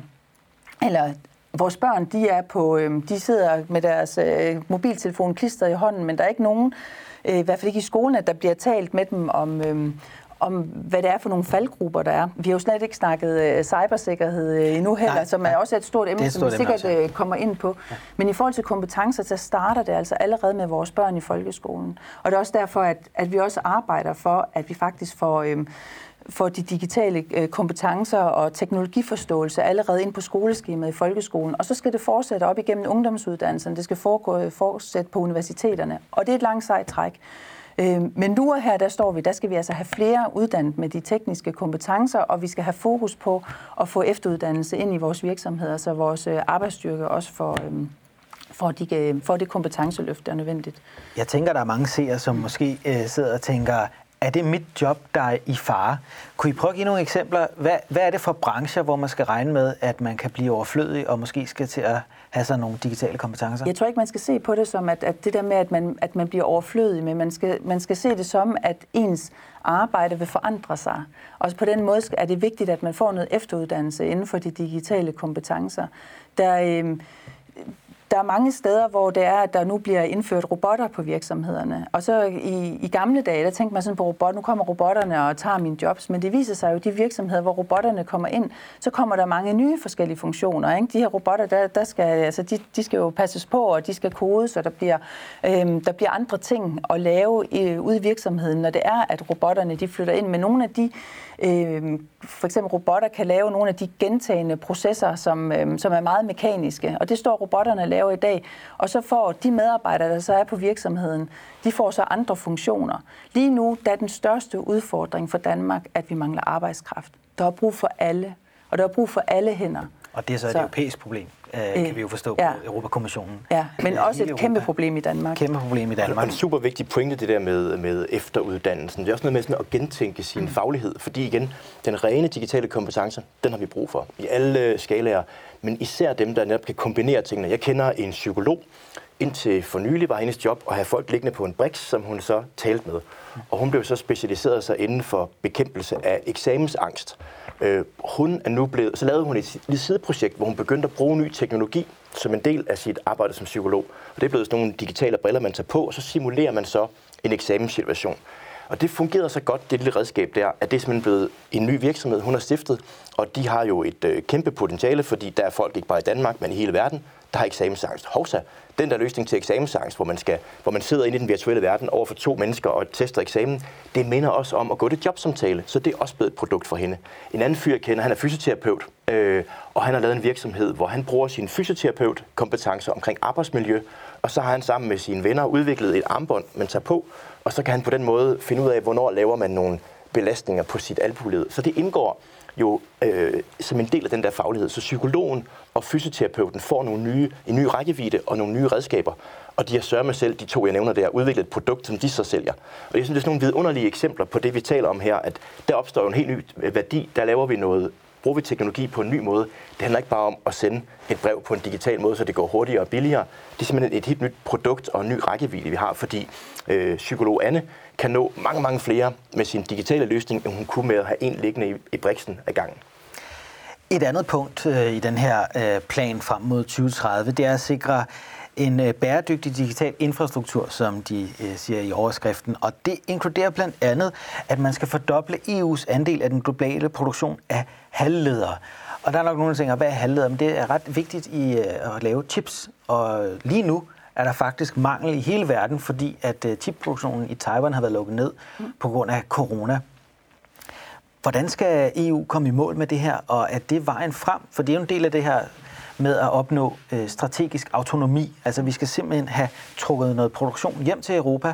Speaker 2: Eller vores børn, de er på, de sidder med deres mobiltelefon klistret i hånden, men der er ikke nogen, i hvert fald ikke i skolen, at der bliver talt med dem om, om hvad det er for nogle faldgrupper, der er. Vi har jo slet ikke snakket cybersikkerhed endnu heller, nej, som er også et stort emne, som vi sikkert også kommer ind på. Ja. Men i forhold til kompetencer, så starter det altså allerede med vores børn i folkeskolen. Og det er også derfor, at, at vi også arbejder for, at vi faktisk får... Øhm, for de digitale kompetencer og teknologiforståelse allerede ind på skoleskemaet i folkeskolen. Og så skal det fortsætte op igennem ungdomsuddannelserne. Det skal foregå, fortsætte på universiteterne. Og det er et langt sejt træk. Men nu og her, der står vi, der skal vi altså have flere uddannet med de tekniske kompetencer, og vi skal have fokus på at få efteruddannelse ind i vores virksomheder, så vores arbejdsstyrke også får... For, de, for det kompetenceløft, der er nødvendigt.
Speaker 1: Jeg tænker, der er mange seere, som måske øh, sidder og tænker, er det mit job, der er i fare? Kunne I prøve at give nogle eksempler? Hvad, hvad er det for brancher, hvor man skal regne med, at man kan blive overflødig og måske skal til at have sådan nogle digitale kompetencer?
Speaker 2: Jeg tror ikke, man skal se på det som, at, at det der med, at man, at man bliver overflødig, men man skal, man skal se det som, at ens arbejde vil forandre sig. Og på den måde er det vigtigt, at man får noget efteruddannelse inden for de digitale kompetencer. Der øh, Der er mange steder, hvor det er, at der nu bliver indført robotter på virksomhederne. Og så i, i gamle dage, der tænkte man sådan på robot, nu kommer robotterne og tager mine jobs. Men det viser sig jo, at de virksomheder, hvor robotterne kommer ind, så kommer der mange nye forskellige funktioner. Ikke? De her robotter, der, der skal, altså de, de skal jo passes på, og de skal kodes, og der bliver, øhm, der bliver andre ting at lave i, ude i virksomheden, når det er, at robotterne de flytter ind. Men nogle af de, øhm, for eksempel robotter, kan lave nogle af de gentagende processer, som, øhm, som er meget mekaniske. Og det står robotterne laver i dag, og så får de medarbejdere, der så er på virksomheden, de får så andre funktioner. Lige nu der er den største udfordring for Danmark, at vi mangler arbejdskraft. Der er brug for alle, og der er brug for alle hænder.
Speaker 1: Og det er så et så, europæisk problem, øh, kan vi jo forstå ja, på Europakommissionen.
Speaker 2: Ja, men også et Europa. kæmpe problem i Danmark.
Speaker 1: Kæmpe problem i Danmark.
Speaker 3: Og en super vigtig pointe, det der med, med efteruddannelsen. Det er også noget med sådan at gentænke sin mm. faglighed, fordi igen, den rene digitale kompetencer, den har vi brug for i alle skalaer, men især dem, der netop kan kombinere tingene. Jeg kender en psykolog, indtil for nylig var hendes job at have folk liggende på en briks, som hun så talte med. Og hun blev så specialiseret sig inden for bekæmpelse af eksamensangst. Øh, hun er nu blevet, så lavede hun et lille sideprojekt, hvor hun begyndte at bruge ny teknologi som en del af sit arbejde som psykolog. Og det er blevet sådan nogle digitale briller, man tager på, og så simulerer man så en eksamenssituation. Og det fungerede så godt, det lille redskab der, at det er simpelthen blevet en ny virksomhed, hun har stiftet, og de har jo et øh, kæmpe potentiale, fordi der er folk ikke bare i Danmark, men i hele verden, der har eksamensangst. Hovsa, den der løsning til eksamensangst, hvor man, skal, hvor man sidder inde i den virtuelle verden over for to mennesker og tester eksamen, det minder også om at gå til jobsamtale, så det er også blevet et produkt for hende. En anden fyr, jeg kender, han er fysioterapeut, øh, og han har lavet en virksomhed, hvor han bruger sine fysioterapeut-kompetencer omkring arbejdsmiljø, og så har han sammen med sine venner udviklet et armbånd, man tager på, og så kan han på den måde finde ud af, hvornår laver man nogle belastninger på sit albuled. Så det indgår jo øh, som en del af den der faglighed. Så psykologen og fysioterapeuten får nogle nye, en ny rækkevidde og nogle nye redskaber, og de har sørget med selv, de to jeg nævner der, udviklet et produkt, som de så sælger. Og jeg synes, det er sådan nogle vidunderlige eksempler på det, vi taler om her, at der opstår en helt ny værdi, der laver vi noget, bruger vi teknologi på en ny måde. Det handler ikke bare om at sende et brev på en digital måde, så det går hurtigere og billigere. Det er simpelthen et helt nyt produkt og en ny rækkevidde, vi har, fordi øh, psykolog Anne kan nå mange, mange flere med sin digitale løsning, end hun kunne med at have en liggende i, i briksen af gangen.
Speaker 1: Et andet punkt øh, i den her øh, plan frem mod tyve tredive, det er at sikre en øh, bæredygtig digital infrastruktur, som de øh, siger i overskriften. Og det inkluderer blandt andet, at man skal fordoble E U's andel af den globale produktion af halvledere. Og der er nok nogle, der tænker, hvad er halvledere? Men det er ret vigtigt i øh, at lave chips. Og lige nu er der faktisk mangel i hele verden, fordi at øh, chipproduktionen i Taiwan har været lukket ned mm. på grund af corona. Hvordan skal E U komme i mål med det her, og er det vejen frem? For det er jo en del af det her med at opnå øh, strategisk autonomi. Altså vi skal simpelthen have trukket noget produktion hjem til Europa,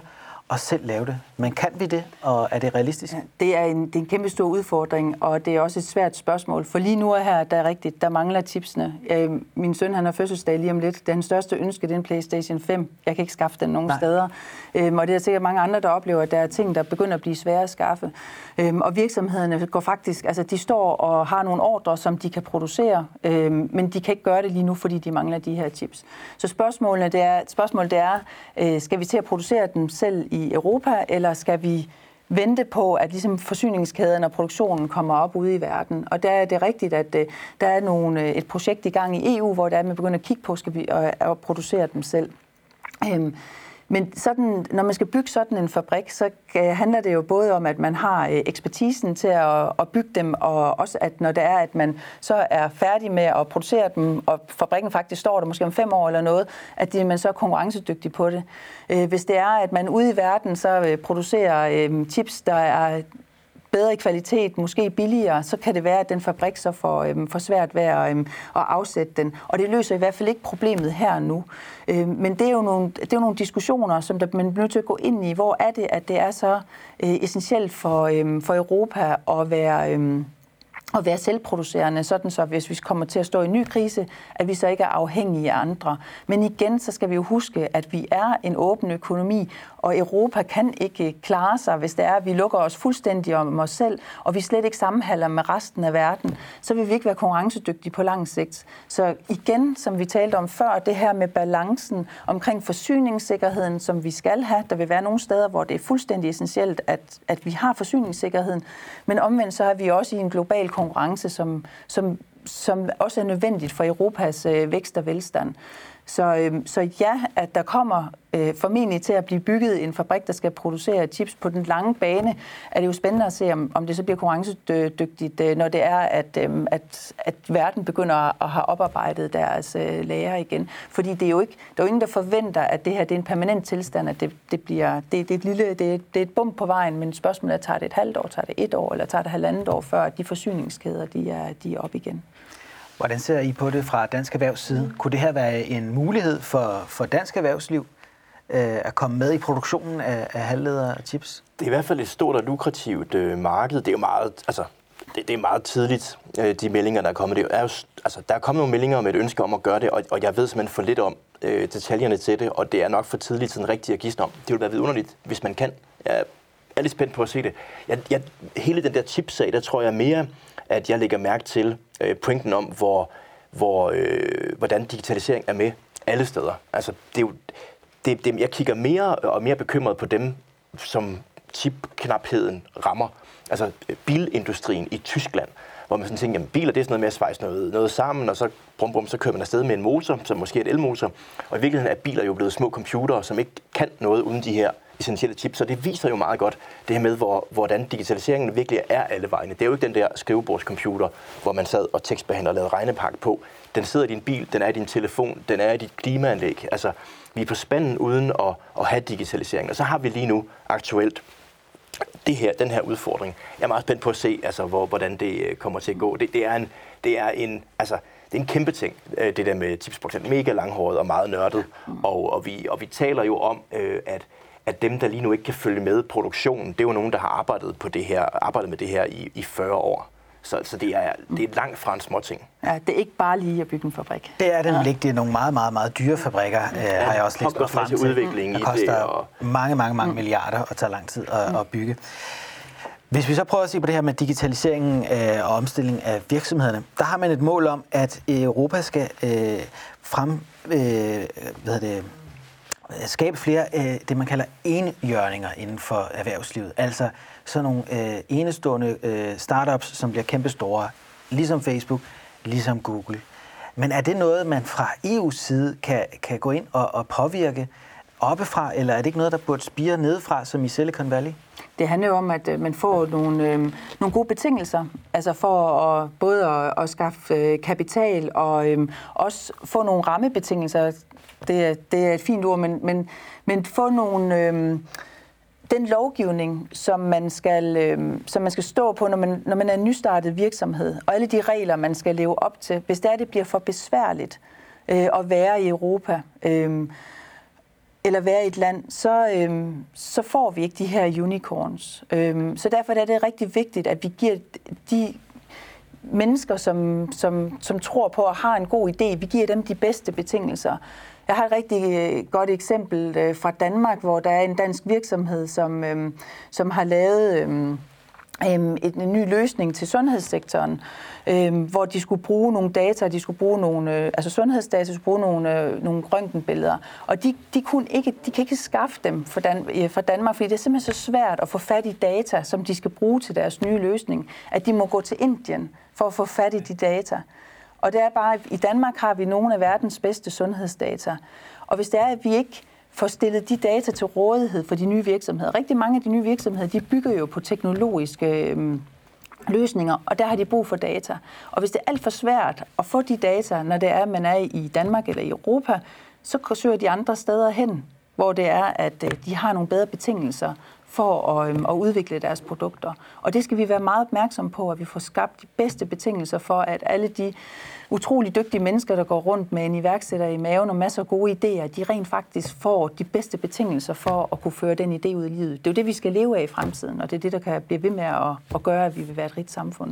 Speaker 1: og selv lave det. Men kan vi det, og er det realistisk? Ja,
Speaker 2: det, er en, det er en kæmpe stor udfordring, og det er også et svært spørgsmål. For lige nu er her, der er rigtigt, der mangler chipsene. Øh, min søn, han har fødselsdag lige om lidt. Den største ønske, det er en PlayStation fem. Jeg kan ikke skaffe den nogen Nej. steder. Øh, og det er sikkert mange andre, der oplever, at der er ting, der begynder at blive svære at skaffe. Øh, og virksomhederne går faktisk, altså de står og har nogle ordrer, som de kan producere, øh, men de kan ikke gøre det lige nu, fordi de mangler de her chips. Så spørgsmålet det er, spørgsmålet det er øh, skal vi til at producere dem selv i Europa, eller skal vi vente på, at ligesom forsyningskæden og produktionen kommer op ude i verden? Og der er det rigtigt, at øh, der er nogle, et projekt i gang i E U, hvor der er, man begynder at kigge på, skal vi at, at producere dem selv. Øh, Men sådan, når man skal bygge sådan en fabrik, så handler det jo både om, at man har ekspertisen til at, at bygge dem, og også at når det er, at man så er færdig med at producere dem, og fabrikken faktisk står der måske om fem år eller noget, at man så er konkurrencedygtig på det. Hvis det er, at man ude i verden så producerer chips, der er bedre kvalitet, måske billigere, så kan det være, at den fabrik så får, øhm, får svært ved at, øhm, at afsætte den. Og det løser i hvert fald ikke problemet her og nu. Øhm, men det er, jo nogle, det er jo nogle diskussioner, som der, man er nødt til at gå ind i. Hvor er det, at det er så øh, essentielt for, øhm, for Europa at være... Øhm, at være selvproducerende, sådan så hvis vi kommer til at stå i en ny krise, at vi så ikke er afhængige af andre. Men igen, så skal vi jo huske, at vi er en åben økonomi, og Europa kan ikke klare sig, hvis det er, at vi lukker os fuldstændig om os selv, og vi slet ikke sammenhandler med resten af verden, så vil vi ikke være konkurrencedygtige på lang sigt. Så igen, som vi talte om før, det her med balancen omkring forsyningssikkerheden, som vi skal have. Der vil være nogle steder, hvor det er fuldstændig essentielt, at, at vi har forsyningssikkerheden, men omvendt så er vi også i en global konkurrence, som, som, som også er nødvendigt for Europas øh, vækst og velstand. Så, øh, så ja, at der kommer øh, formentlig til at blive bygget en fabrik, der skal producere chips på den lange bane, er det jo spændende at se, om, om det så bliver konkurrencedygtigt, øh, når det er, at, øh, at, at verden begynder at have oparbejdet deres øh, lager igen. Fordi det er jo ikke, der er jo ingen, der forventer, at det her det er en permanent tilstand, at det, det bliver det, det er et lille, det er, det er et bump på vejen, men spørgsmålet er, tager det et halvt år, tager det et år, eller tager det halvandet år, før de forsyningskæder de er, de er op igen.
Speaker 1: Hvordan ser I på det fra dansk erhvervs side? Kunne det her være en mulighed for, for dansk erhvervsliv øh, at komme med i produktionen af, af halvledere og chips?
Speaker 3: Det er i hvert fald et stort og lukrativt øh, marked. Det er jo meget, altså, det, det er meget tidligt, øh, de meldinger, der er kommet. Det er jo, altså, der er kommet nogle meldinger om et ønske om at gøre det, og, og jeg ved simpelthen for lidt om øh, detaljerne til det, og det er nok for tidligt sådan rigtigt at gisne om. Det vil være vidunderligt, hvis man kan. Jeg er lidt spændt på at se det. Jeg, jeg, hele den der chipsag, der tror jeg mere, at jeg lægger mærke til øh, pointen om, hvor, hvor, øh, hvordan digitalisering er med alle steder. Altså, det er jo, det, det, jeg kigger mere og mere bekymret på dem, som chipknapheden rammer. Altså bilindustrien i Tyskland, hvor man sådan tænker, at biler det er sådan noget med at svejse noget, noget sammen, og så, brum, brum, så kører man afsted med en motor, som måske er et elmotor. Og i virkeligheden er biler jo blevet små computere, som ikke kan noget uden de her essentielle chips, så det viser jo meget godt det her med, hvor, hvordan digitaliseringen virkelig er alle vegne. Det er jo ikke den der skrivebordscomputer, hvor man sad og tekstbehandler og lavede regnepakke på. Den sidder i din bil, den er i din telefon, den er i dit klimaanlæg. Altså, vi er på spanden uden at, at have digitalisering. Og så har vi lige nu aktuelt det her, den her udfordring. Jeg er meget spændt på at se, altså, hvor, hvordan det kommer til at gå. Det, det er en, det er en, altså, det er en kæmpe ting, det der med chipsproducent. Mega langhåret og meget nørdet. Og, og, vi, og vi taler jo om, øh, at at dem, der lige nu ikke kan følge med produktionen, det er jo nogen, der har arbejdet på det her, arbejdet med det her i, i fyrre år. Så, så det er det er langt fra en småting.
Speaker 2: Ja, det er ikke bare lige at bygge en fabrik.
Speaker 1: Det er det ja. Det er nogle meget, meget, meget dyre fabrikker, øh, ja, har jeg også læst mig frem til.
Speaker 3: Udvikling
Speaker 1: det
Speaker 3: i
Speaker 1: koster
Speaker 3: det, og...
Speaker 1: mange, mange, mange mm. milliarder og tager lang tid at, mm. at bygge. Hvis vi så prøver at se på det her med digitaliseringen øh, og omstilling af virksomhederne, der har man et mål om, at Europa skal øh, frem, øh, hvad hedder det, skabe flere øh, det, man kalder enhjørninger inden for erhvervslivet. Altså sådan nogle øh, enestående øh, startups, som bliver kæmpestore, ligesom Facebook, ligesom Google. Men er det noget, man fra E U's side kan, kan gå ind og, og påvirke oppefra, eller er det ikke noget, der burde spire nedefra, som i Silicon Valley?
Speaker 2: Det handler jo om, at man får nogle, øh, nogle gode betingelser, altså for at, både at, at skaffe øh, kapital og øh, også få nogle rammebetingelser. Det, det er et fint ord, men, men, men få nogle, øh, den lovgivning, som man skal, øh, som man skal stå på, når man, når man er en nystartet virksomhed, og alle de regler, man skal leve op til, hvis det er, det bliver for besværligt øh, at være i Europa. Øh, eller være i et land, så, øhm, så får vi ikke de her unicorns. Øhm, så derfor er det rigtig vigtigt, at vi giver de mennesker, som, som, som tror på og har en god idé, vi giver dem de bedste betingelser. Jeg har et rigtig godt eksempel fra Danmark, hvor der er en dansk virksomhed, som, øhm, som har lavet øhm, en, en ny løsning til sundhedssektoren, øhm, hvor de skulle bruge nogle data, de skulle bruge nogle, øh, altså sundhedsdata, de skulle bruge nogle, øh, nogle røntgenbilleder, og de, de, kunne ikke, de kan ikke skaffe dem fra, Dan, øh, fra Danmark, fordi det er simpelthen så svært at få fat i data, som de skal bruge til deres nye løsning, at de må gå til Indien for at få fat i de data. Og det er bare, at i Danmark har vi nogle af verdens bedste sundhedsdata, og hvis det er, at vi ikke får stillet de data til rådighed for de nye virksomheder. Rigtig mange af de nye virksomheder, de bygger jo på teknologiske øh, løsninger, og der har de brug for data. Og hvis det er alt for svært at få de data, når det er, at man er i Danmark eller i Europa, så søger de andre steder hen, hvor det er, at øh, de har nogle bedre betingelser for at, øh, at udvikle deres produkter. Og det skal vi være meget opmærksomme på, at vi får skabt de bedste betingelser for, at alle de utrolig dygtige mennesker, der går rundt med en iværksætter i maven og masser af gode idéer, de rent faktisk får de bedste betingelser for at kunne føre den idé ud i livet. Det er jo det, vi skal leve af i fremtiden, og det er det, der kan blive ved med at, at gøre, at vi vil være et rigt samfund.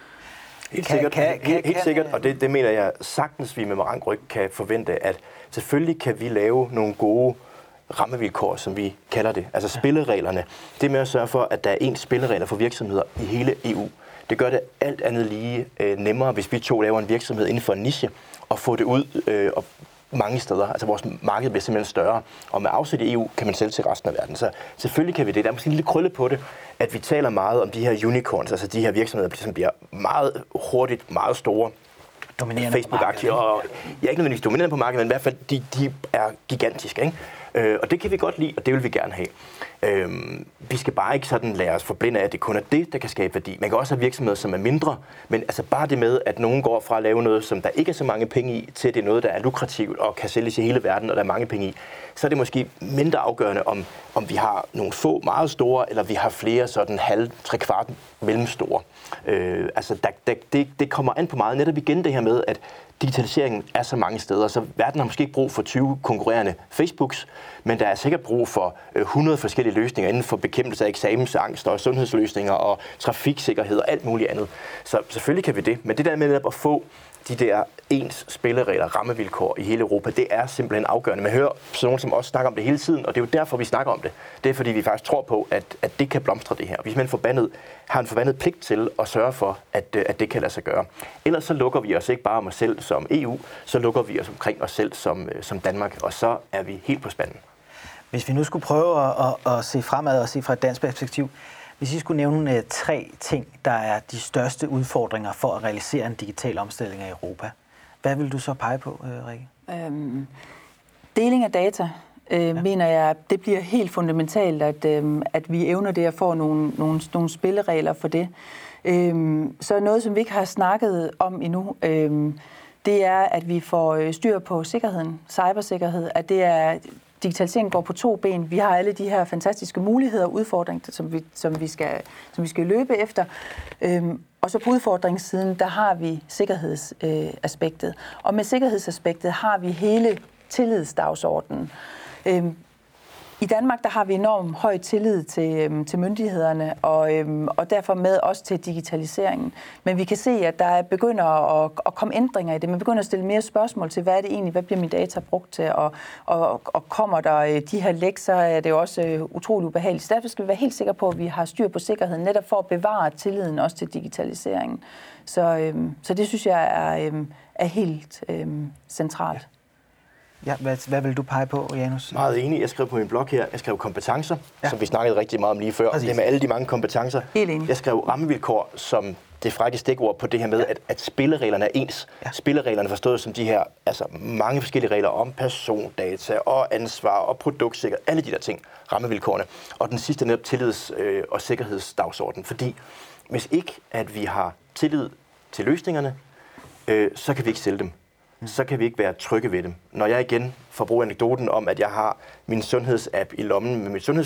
Speaker 3: Helt sikkert, kan, kan, helt, helt sikkert og det, det mener jeg sagtens, vi med rank ryg kan forvente, at selvfølgelig kan vi lave nogle gode rammevilkår, som vi kalder det, altså spillereglerne. Det med at sørge for, at der er ens spilleregler for virksomheder i hele E U. Det gør det alt andet lige øh, nemmere, hvis vi to laver en virksomhed inden for en niche, og få det ud øh, og mange steder. Altså vores marked bliver simpelthen større, og med afsæt i E U kan man sælge til resten af verden. Så selvfølgelig kan vi det. Der er måske en lille krølle på det, at vi taler meget om de her unicorns, altså de her virksomheder, som bliver meget hurtigt, meget store. Facebook-aktier, og jeg er ikke nødvendigvis dominerende på markedet, men i hvert fald, de, de er gigantiske, ikke? Øh, og det kan vi godt lide, og det vil vi gerne have. Øh, vi skal bare ikke sådan lade os forblinde af, at det kun er det, der kan skabe værdi. Man kan også have virksomheder, som er mindre, men altså bare det med, at nogen går fra at lave noget, som der ikke er så mange penge i, til det er noget, der er lukrativt og kan sælges i hele verden, og der er mange penge i, så er det måske mindre afgørende, om, om vi har nogle få meget store, eller vi har flere sådan halv, tre kvart mellemstore. Øh, altså der, der, det, det kommer an på meget. Netop igen det her med, at digitaliseringen er så mange steder, så verden har måske ikke brug for tyve konkurrerende Facebooks, men der er sikkert brug for hundrede forskellige løsninger inden for bekæmpelse af eksamensangst og sundhedsløsninger og trafiksikkerhed og alt muligt andet. Så selvfølgelig kan vi det, men det der med netop at få de der ens spilleregler, rammevilkår i hele Europa, det er simpelthen afgørende. Man hører sådan nogen som også snakker om det hele tiden, og det er jo derfor, vi snakker om det. Det er fordi, vi faktisk tror på, at, at det kan blomstre det her. Vi simpelthen forbandet, har en forbandet pligt til at sørge for, at, at det kan lade sig gøre. Ellers så lukker vi os ikke bare om os selv som E U, så lukker vi os omkring os selv som, som Danmark, og så er vi helt på spanden.
Speaker 1: Hvis vi nu skulle prøve at, at, at se fremad og se fra et dansk perspektiv, hvis I skulle nævne uh, tre ting, der er de største udfordringer for at realisere en digital omstilling af Europa, hvad vil du så pege på, uh, Rikke? Øhm,
Speaker 2: deling af data, øh, ja. mener jeg, det bliver helt fundamentalt, at, øh, at vi evner det at få nogle, nogle, nogle spilleregler for det. Øhm, så noget, som vi ikke har snakket om endnu, øh, det er, at vi får styr på sikkerheden, cybersikkerhed, at det er... Digitaliseringen går på to ben. Vi har alle de her fantastiske muligheder og udfordringer, som vi, som vi, skal, som vi skal løbe efter. Øhm, og så på udfordringssiden, der har vi sikkerhedsaspektet. Øh, og med sikkerhedsaspektet har vi hele tillidsdagsordenen. Øhm, I Danmark der har vi enormt høj tillid til, øhm, til myndighederne, og, øhm, og derfor med også til digitaliseringen. Men vi kan se, at der begynder at, at komme ændringer i det. Man begynder at stille mere spørgsmål til, hvad er det egentlig, hvad bliver min data brugt til, og, og, og kommer der de her læk, så er det jo også øh, utroligt ubehageligt. Så derfor skal vi være helt sikre på, at vi har styr på sikkerheden, netop for at bevare tilliden også til digitaliseringen. Så, øhm, så det synes jeg er, øhm, er helt øhm, centralt.
Speaker 1: Ja, hvad, hvad vil du pege på, Janus?
Speaker 3: Meget enig. Jeg skrev på min blog her, jeg skrev kompetencer, ja. som vi snakkede rigtig meget om lige før. Præcis. Det med alle de mange kompetencer.
Speaker 2: Helt enig.
Speaker 3: Jeg skrev rammevilkår som det frække stikord på det her med, ja. at, at spillereglerne er ens. Ja. Spillereglerne forstået som de her, altså mange forskellige regler om persondata og ansvar og produktsikkerhed, alle de der ting, rammevilkårene. Og den sidste netop tillids- øh, og sikkerhedsdagsorden. Fordi hvis ikke, at vi har tillid til løsningerne, øh, så kan vi ikke sælge dem. Så kan vi ikke være trygge ved dem. Når jeg igen får brugt anekdoten om, at jeg har min sundhedsapp i lommen med mit sundhedskort,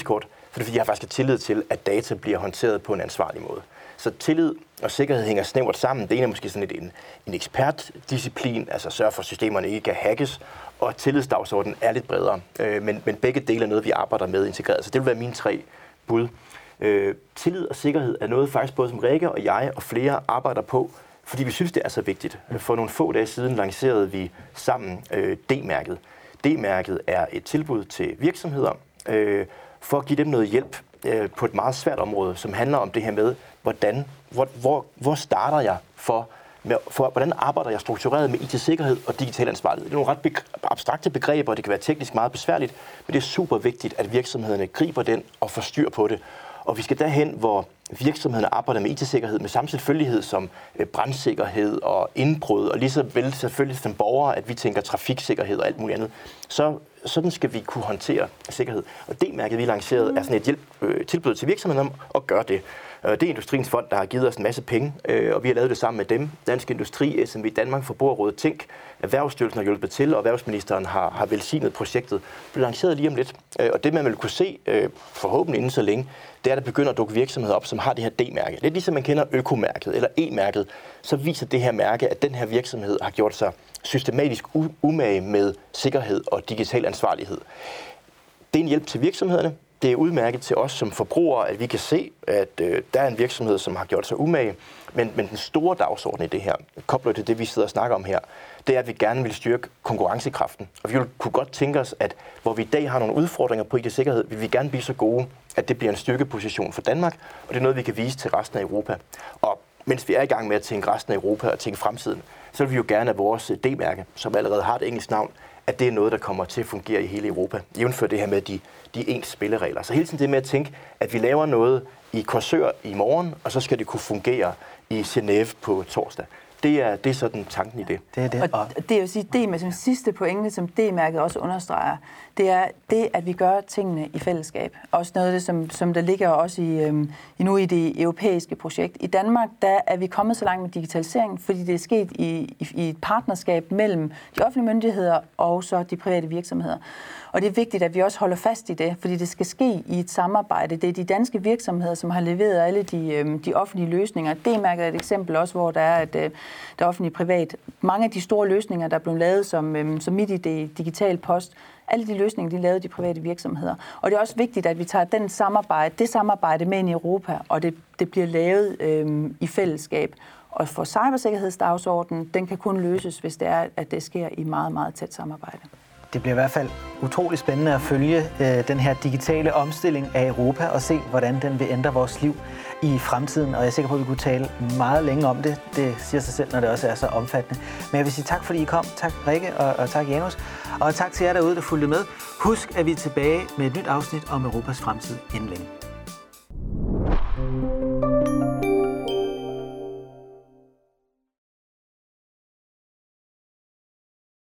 Speaker 3: For det er fordi, jeg har faktisk tillid til, at data bliver håndteret på en ansvarlig måde. Så tillid og sikkerhed hænger snævert sammen. Det ene er måske sådan et, en, en ekspertdisciplin, altså sørge for, at systemerne ikke kan hackes, og tillidsdagsordenen er lidt bredere. Øh, men, men begge dele er noget, vi arbejder med integreret. Så det vil være mine tre bud. Øh, tillid og sikkerhed er noget faktisk både som Rikke og jeg og flere arbejder på, fordi vi synes, det er så vigtigt. For nogle få dage siden lancerede vi sammen øh, D-mærket. D-mærket er et tilbud til virksomheder øh, for at give dem noget hjælp øh, på et meget svært område, som handler om det her med, hvordan, hvor, hvor, hvor starter jeg for, med, for, hvordan arbejder jeg struktureret med I T-sikkerhed og digital ansvarlighed. Det er nogle ret beg- abstrakte begreber, og det kan være teknisk meget besværligt, men det er super vigtigt, at virksomhederne griber den og får styr på det. Og vi skal derhen, hvor virksomhederne arbejder med I T-sikkerhed med samme selvfølgelighed som brandsikkerhed og indbrud, og lige så vel selvfølgelig som borgere, at vi tænker trafiksikkerhed og alt muligt andet. Så sådan skal vi kunne håndtere sikkerhed. Og D-mærket, vi lancerede, er sådan et hjælp, øh, tilbud til virksomhederne om at gøre det. Det er Industriens Fond, der har givet os en masse penge, øh, og vi har lavet det sammen med dem. Dansk Industri, S M V Danmark, Forbrugerrådet Tænk, Erhvervsstyrelsen har hjulpet til, og erhvervsministeren har, har velsignet projektet. Det blev lanceret lige om lidt. Og det, man vil kunne se, øh, forhåbentlig inden så længe, det er, at der begynder at dukke virksomheder op, som har det her D-mærke. Lidt ligesom man kender økomærket eller E-mærket, så viser det her mærke, at den her virksomhed har gjort sig systematisk umage med sikkerhed og digital ansvarlighed. Det er en hjælp til virksomhederne. Det er udmærket til os som forbrugere, at vi kan se, at øh, der er en virksomhed, som har gjort sig umage. Men, men den store dagsorden i det her, koblet til det, vi sidder og snakker om her, det er, at vi gerne vil styrke konkurrencekraften. Og vi kunne godt tænke os, at hvor vi i dag har nogle udfordringer på I T-sikkerhed, vil vi gerne blive så gode, at det bliver en styrkeposition for Danmark, og det er noget, vi kan vise til resten af Europa. Og mens vi er i gang med at tænke resten af Europa og tænke fremtiden, så vil vi jo gerne, at vores D-mærke, som allerede har et engelsk navn, at det er noget, der kommer til at fungere i hele Europa. Jævnfør det her med de, de ens spilleregler. Så hele tiden det med at tænke, at vi laver noget i Korsør i morgen, og så skal det kunne fungere i Genève på torsdag. Det er, det er sådan tanken i det.
Speaker 1: Det er det.
Speaker 2: Og det jeg vil sige, det med som sidste pointe, som D-mærket også understreger, det er det, at vi gør tingene i fællesskab. Også noget af det, som, som der ligger også i, øhm, i nu i det europæiske projekt. I Danmark, der er vi kommet så langt med digitalisering, fordi det er sket i, i, i et partnerskab mellem de offentlige myndigheder og så de private virksomheder. Og det er vigtigt, at vi også holder fast i det, fordi det skal ske i et samarbejde. Det er de danske virksomheder, som har leveret alle de, øhm, de offentlige løsninger. D-mærket er et eksempel også, hvor der er et, øh, det offentlige privat. Mange af de store løsninger, der er blevet lavet som, øhm, som MitID, digital post, alle de løsninger, de lavede de private virksomheder. Og det er også vigtigt, at vi tager den samarbejde, det samarbejde med ind i Europa, og det, det bliver lavet øhm, i fællesskab. Og for cybersikkerhedsdagsordenen, den kan kun løses, hvis det er, at det sker i meget, meget tæt samarbejde.
Speaker 1: Det bliver i hvert fald utrolig spændende at følge øh, den her digitale omstilling af Europa og se, hvordan den vil ændre vores liv i fremtiden. Og jeg er sikker på, at vi kunne tale meget længe om det. Det siger sig selv, når det også er så omfattende. Men jeg vil sige tak, fordi I kom. Tak Rikke, og, og tak Janus. Og tak til jer derude, der fulgte med. Husk, at vi er tilbage med et nyt afsnit om Europas fremtid inden længe.